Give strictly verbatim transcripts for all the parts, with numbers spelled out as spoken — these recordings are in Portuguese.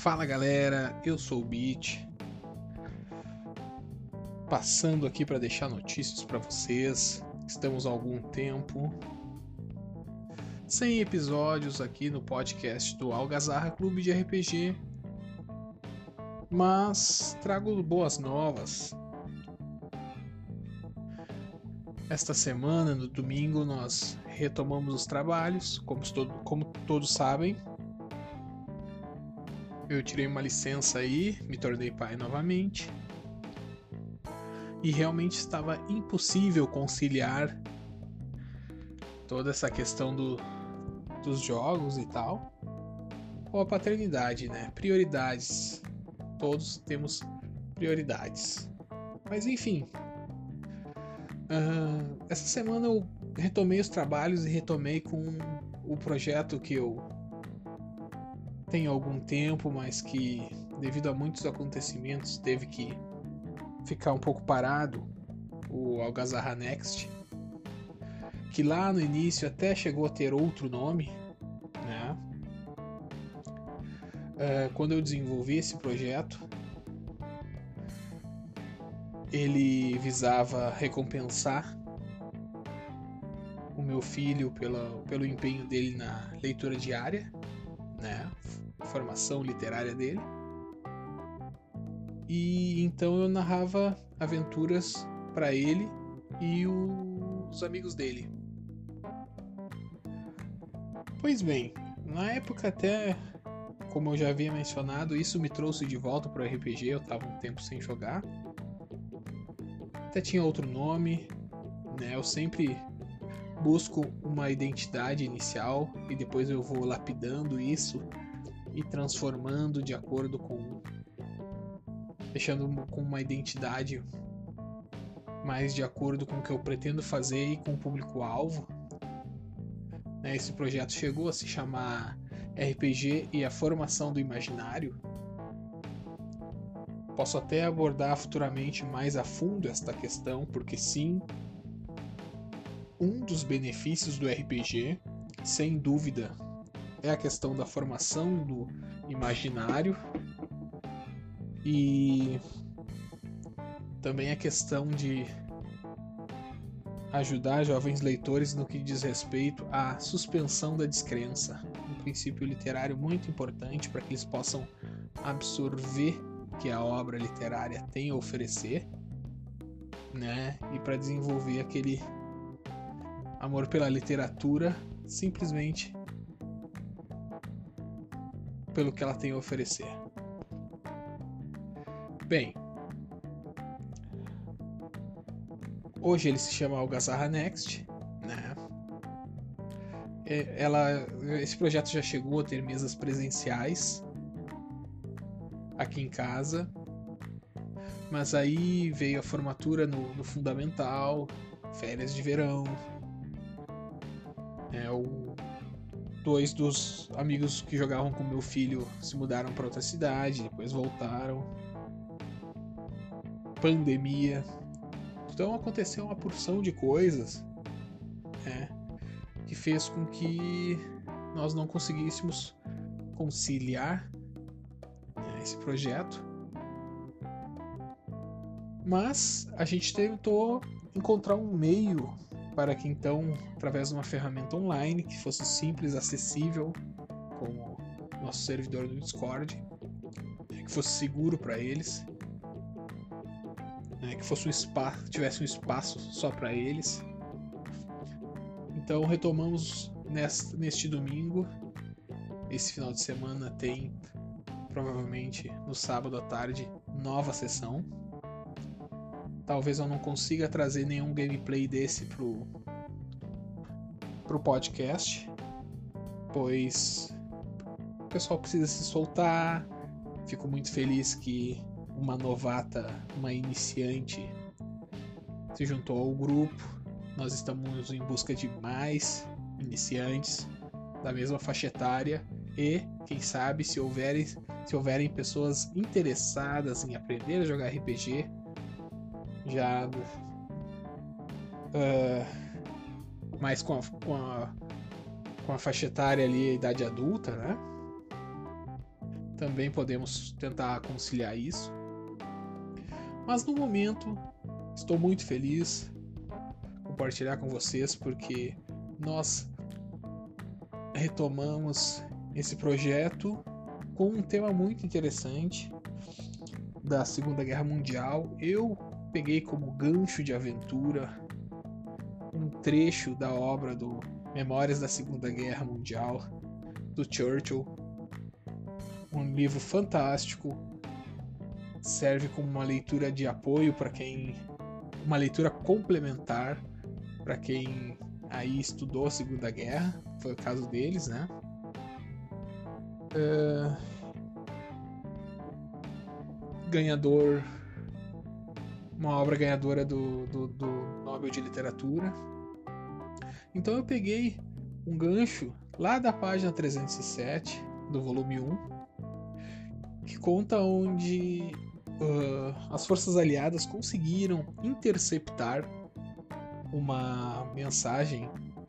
Fala galera, eu sou o Beat, passando aqui para deixar notícias para vocês. Estamos há algum tempo sem episódios aqui no podcast do Algazarra Clube de R P G, mas trago boas novas. Esta semana, no domingo, nós retomamos os trabalhos, como, todo, como todos sabem. Eu tirei uma licença aí, me tornei pai novamente. E realmente estava impossível conciliar toda essa questão do, dos jogos e tal com a paternidade, né? Prioridades. Todos temos prioridades. Mas enfim. Uh, essa semana eu retomei os trabalhos e retomei com o projeto que eu tenho há algum tempo, mas que devido a muitos acontecimentos teve que ficar um pouco parado, o Algazarra Next, que lá no início até chegou a ter outro nome, né? Uh, quando eu desenvolvi esse projeto, ele visava recompensar o meu filho pela, pelo empenho dele na leitura diária, né? Formação literária dele. E então eu narrava aventuras para ele e o, os amigos dele. Pois bem, na época até, como eu já havia mencionado, isso me trouxe de volta para o R P G. Eu estava um tempo sem jogar. Até tinha outro nome, né? Eu sempre busco uma identidade inicial e depois eu vou lapidando isso e transformando de acordo com... deixando com uma identidade mais de acordo com o que eu pretendo fazer e com o público-alvo. Esse projeto chegou a se chamar R P G e a Formação do Imaginário. Posso até abordar futuramente mais a fundo esta questão, porque sim, um dos benefícios do R P G, sem dúvida, é a questão da formação do imaginário e também a questão de ajudar jovens leitores no que diz respeito à suspensão da descrença, um princípio literário muito importante para que eles possam absorver o que a obra literária tem a oferecer, né? E para desenvolver aquele amor pela literatura simplesmente pelo que ela tem a oferecer. Bem, hoje ele se chama Algazarra Next, né? Ela, esse projeto já chegou a ter mesas presenciais aqui em casa, mas aí veio a formatura no, no fundamental, férias de verão. É, o, dois dos amigos que jogavam com meu filho se mudaram para outra cidade, depois voltaram. Pandemia. Então aconteceu uma porção de coisas, né, que fez com que nós não conseguíssemos conciliar, né, esse projeto. Mas a gente tentou encontrar um meio para que então, através de uma ferramenta online que fosse simples, acessível, como nosso servidor do Discord, que fosse seguro para eles, né, que fosse um espaço, tivesse um espaço só para eles. Então retomamos neste, neste domingo. Esse final de semana tem, provavelmente no sábado à tarde, nova sessão. Talvez eu não consiga trazer nenhum gameplay desse pro, pro podcast, pois o pessoal precisa se soltar. Fico muito feliz que uma novata, uma iniciante, se juntou ao grupo. Nós estamos em busca de mais iniciantes da mesma faixa etária e, quem sabe, se houverem, se houverem pessoas interessadas em aprender a jogar R P G, já uh, mais com a, com, a, com a faixa etária ali, a idade adulta, né? também podemos tentar conciliar isso. Mas no momento, estou muito feliz em compartilhar com vocês, porque nós retomamos esse projeto com um tema muito interessante da Segunda Guerra Mundial. Eu peguei como gancho de aventura um trecho da obra do Memórias da Segunda Guerra Mundial, do Churchill, um livro fantástico, serve como uma leitura de apoio para quem, uma leitura complementar para quem aí estudou a Segunda Guerra, foi o caso deles, né? Uh, ganhador, uma obra ganhadora do, do, do Nobel de Literatura. Então eu peguei um gancho lá da página trezentos e sete do volume um, que conta onde uh, as forças aliadas conseguiram interceptar uma mensagem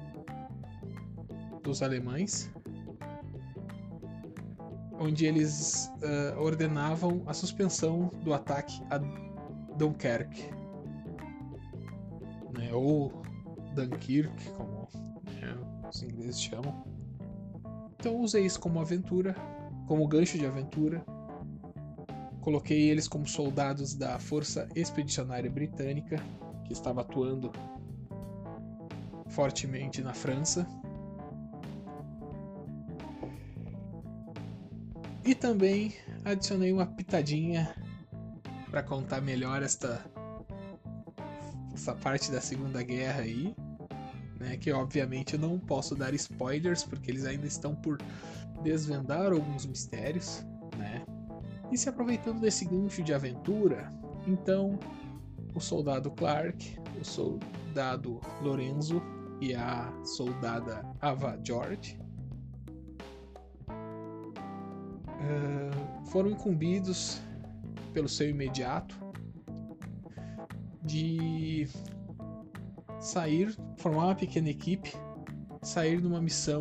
dos alemães, onde eles uh, ordenavam a suspensão do ataque a Dunkerque, né, ou Dunkirk, como, né, os ingleses chamam. Então eu usei isso como aventura, como gancho de aventura. Coloquei eles como soldados da Força Expedicionária Britânica, que estava atuando fortemente na França. E também adicionei uma pitadinha para contar melhor esta essa parte da Segunda Guerra aí, né, que obviamente eu não posso dar spoilers porque eles ainda estão por desvendar alguns mistérios, né? E se aproveitando desse gancho de aventura, então o soldado Clark, o soldado Lorenzo e a soldada Ava George uh, foram incumbidos pelo seu imediato de sair, formar uma pequena equipe, sair numa missão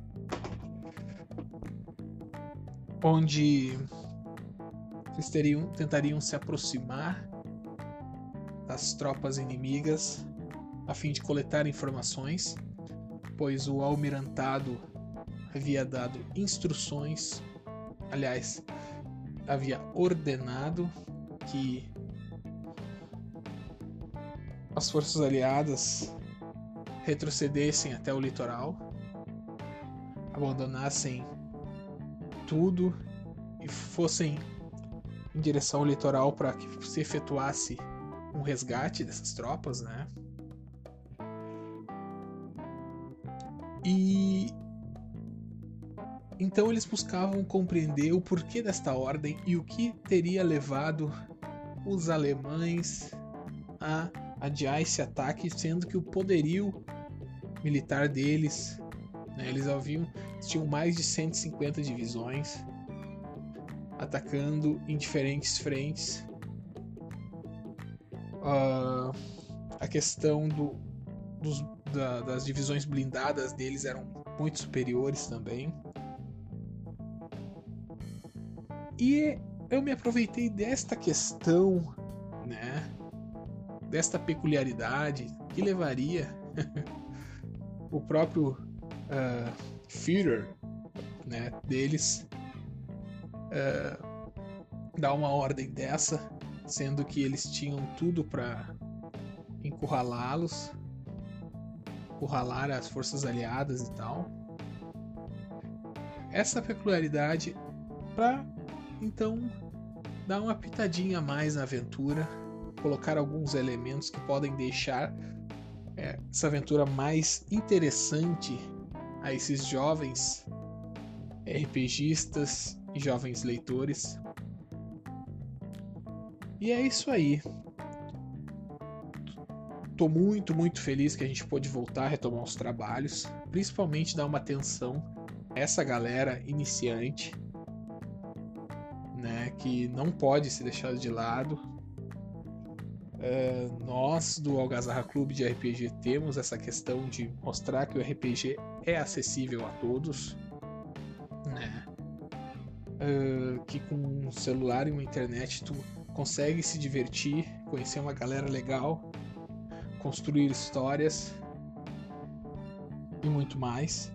onde eles teriam, tentariam se aproximar das tropas inimigas a fim de coletar informações, pois o almirantado havia dado instruções, aliás, havia ordenado que as forças aliadas retrocedessem até o litoral, abandonassem tudo e fossem em direção ao litoral para que se efetuasse um resgate dessas tropas, né? E então eles buscavam compreender o porquê desta ordem e o que teria levado os alemães a adiar esse ataque, sendo que o poderio militar deles, né, eles haviam, tinham mais de cento e cinquenta divisões atacando em diferentes frentes. Uh, a questão do, dos, da, das divisões blindadas deles eram muito superiores também. E eu me aproveitei desta questão, né, desta peculiaridade que levaria o próprio uh, Führer, né, deles uh, dar uma ordem dessa, sendo que eles tinham tudo para encurralá-los, encurralar as forças aliadas e tal. Essa peculiaridade para então dar uma pitadinha a mais na aventura, colocar alguns elementos que podem deixar é, essa aventura mais interessante a esses jovens RPGistas e jovens leitores. E é isso aí. Tô muito, muito feliz que a gente pôde voltar a retomar os trabalhos, principalmente dar uma atenção a essa galera iniciante, né, que não pode ser deixado de lado. Uh, nós do Algazarra Clube de R P G temos essa questão de mostrar que o R P G é acessível a todos, né? uh, que com um celular e uma internet tu consegue se divertir, conhecer uma galera legal, construir histórias e muito mais.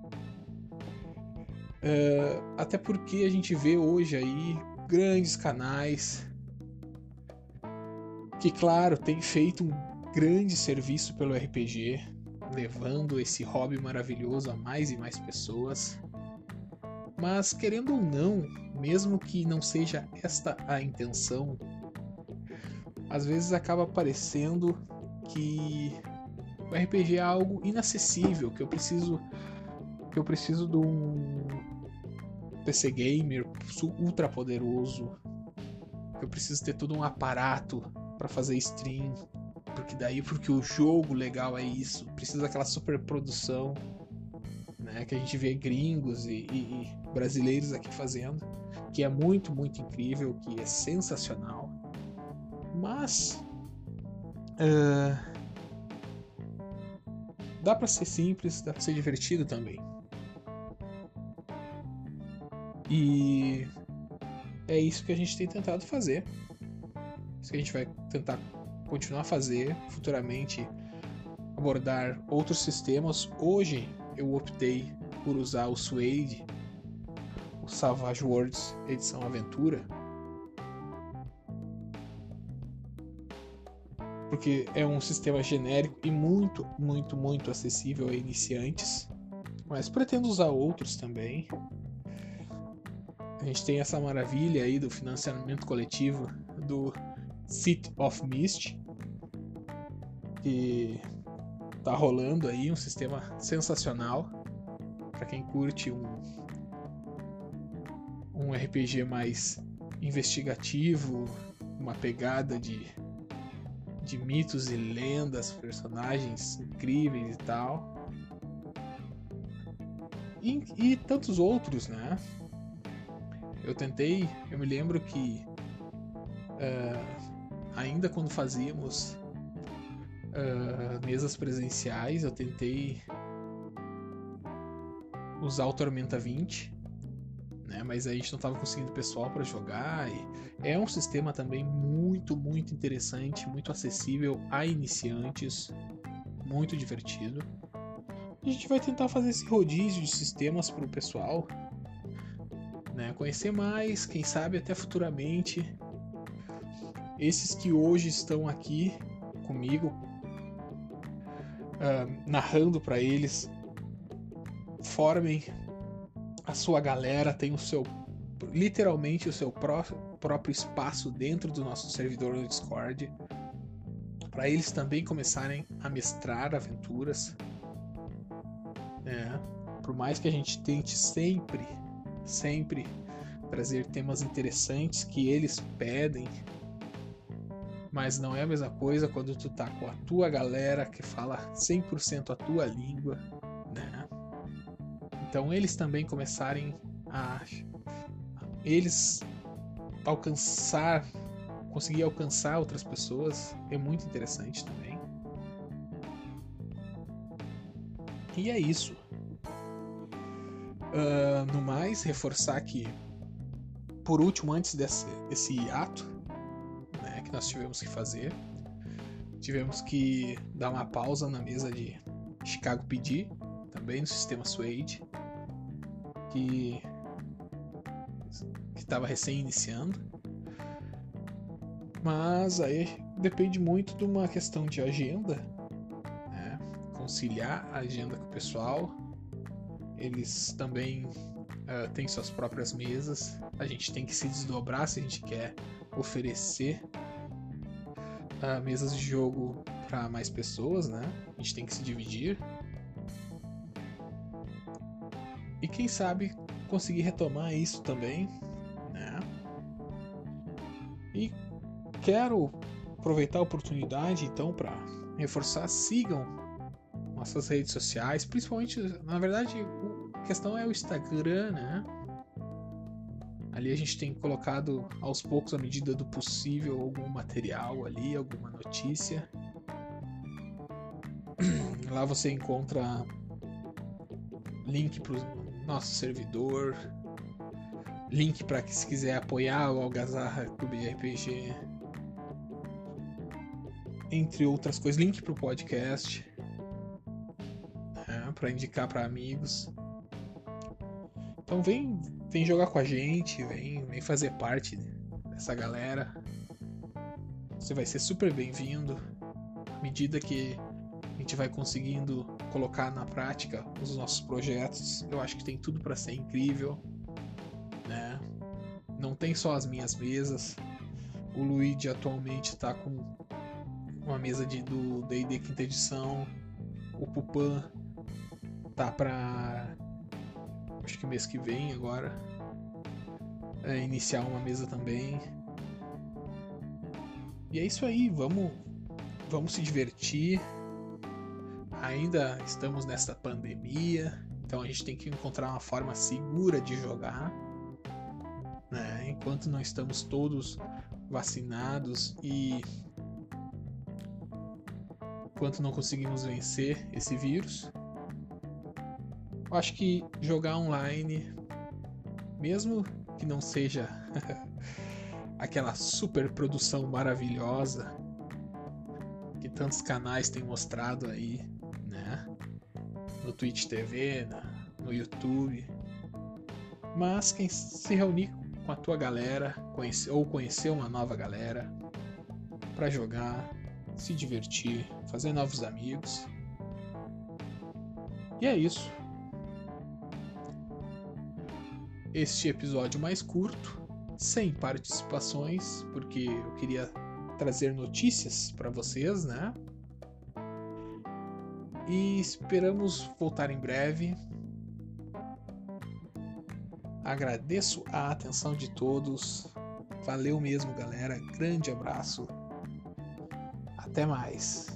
Uh, até porque a gente vê hoje aí grandes canais que, claro, tem feito um grande serviço pelo R P G, levando esse hobby maravilhoso a mais e mais pessoas. Mas, querendo ou não, mesmo que não seja esta a intenção, às vezes acaba parecendo que o R P G é algo inacessível, que eu preciso que eu preciso de um P C gamer ultra poderoso, que eu preciso ter todo um aparato para fazer stream, porque daí porque o jogo legal é isso, precisa daquela super produção, né, que a gente vê gringos e, e, e brasileiros aqui fazendo, que é muito, muito incrível, que é sensacional. Mas uh, dá para ser simples, dá para ser divertido também. E é isso que a gente tem tentado fazer. Isso que a gente vai tentar continuar a fazer futuramente, abordar outros sistemas. Hoje eu optei por usar o Suede, o Savage Worlds edição aventura, porque é um sistema genérico e muito, muito, muito acessível a iniciantes, mas pretendo usar outros também. A gente tem essa maravilha aí do financiamento coletivo do City of Mist, que tá rolando aí, um sistema sensacional para quem curte um, um R P G mais investigativo, uma pegada de, de mitos e lendas, personagens incríveis e tal, e, e tantos outros, né? Eu tentei, eu me lembro que uh, ainda quando fazíamos uh, mesas presenciais, eu tentei usar o Tormenta vinte, né? Mas a gente não estava conseguindo pessoal para jogar. E é um sistema também muito, muito interessante, muito acessível a iniciantes, muito divertido. A gente vai tentar fazer esse rodízio de sistemas para o pessoal, né, conhecer mais, quem sabe até futuramente esses que hoje estão aqui comigo, uh, narrando para eles, formem a sua galera, tem o seu, literalmente o seu pró- próprio espaço dentro do nosso servidor no Discord, para eles também começarem a mestrar aventuras, né? Por mais que a gente tente sempre sempre trazer temas interessantes que eles pedem, mas não é a mesma coisa quando tu tá com a tua galera que fala cem por cento a tua língua, né? Então eles também começarem a eles alcançar, conseguir alcançar outras pessoas é muito interessante também. E é isso. Uh, no mais, reforçar que, por último, antes desse, desse ato, né, que nós tivemos que fazer, tivemos que dar uma pausa na mesa de Chicago P D, também no sistema Suede, que estava recém-iniciando. Mas aí depende muito de uma questão de agenda, né, conciliar a agenda com o pessoal. Eles também uh, têm suas próprias mesas. A gente tem que se desdobrar se a gente quer oferecer uh, mesas de jogo para mais pessoas, né? A gente tem que se dividir. E quem sabe conseguir retomar isso também, né? E quero aproveitar a oportunidade então para reforçar, sigam nossas redes sociais, principalmente, na verdade, a questão é o Instagram, né? Ali a gente tem colocado aos poucos, à medida do possível, algum material ali, alguma notícia. Lá você encontra link para o nosso servidor, link para que se quiser apoiar o Algazarra Clube R P G, entre outras coisas, link para o podcast, né, para indicar para amigos. Então vem, vem jogar com a gente, vem, vem fazer parte dessa galera. Você vai ser super bem-vindo à medida que a gente vai conseguindo colocar na prática os nossos projetos. Eu acho que tem tudo para ser incrível, né? Não tem só as minhas mesas. O Luigi atualmente está com uma mesa de, do D e D quinta edição. O Pupan tá para, acho que mês que vem agora, é, iniciar uma mesa também. E é isso aí, vamos, vamos se divertir. Ainda estamos nessa pandemia, então a gente tem que encontrar uma forma segura de jogar, né? Enquanto não estamos todos vacinados e enquanto não conseguimos vencer esse vírus, eu acho que jogar online, mesmo que não seja aquela super produção maravilhosa que tantos canais têm mostrado aí, né? No Twitch T V, no YouTube, mas quem se reunir com a tua galera, conhecer, ou conhecer uma nova galera para jogar, se divertir, fazer novos amigos. E é isso. Este episódio mais curto, sem participações, porque eu queria trazer notícias para vocês, né? E esperamos voltar em breve. Agradeço a atenção de todos. Valeu mesmo, galera. Grande abraço. Até mais.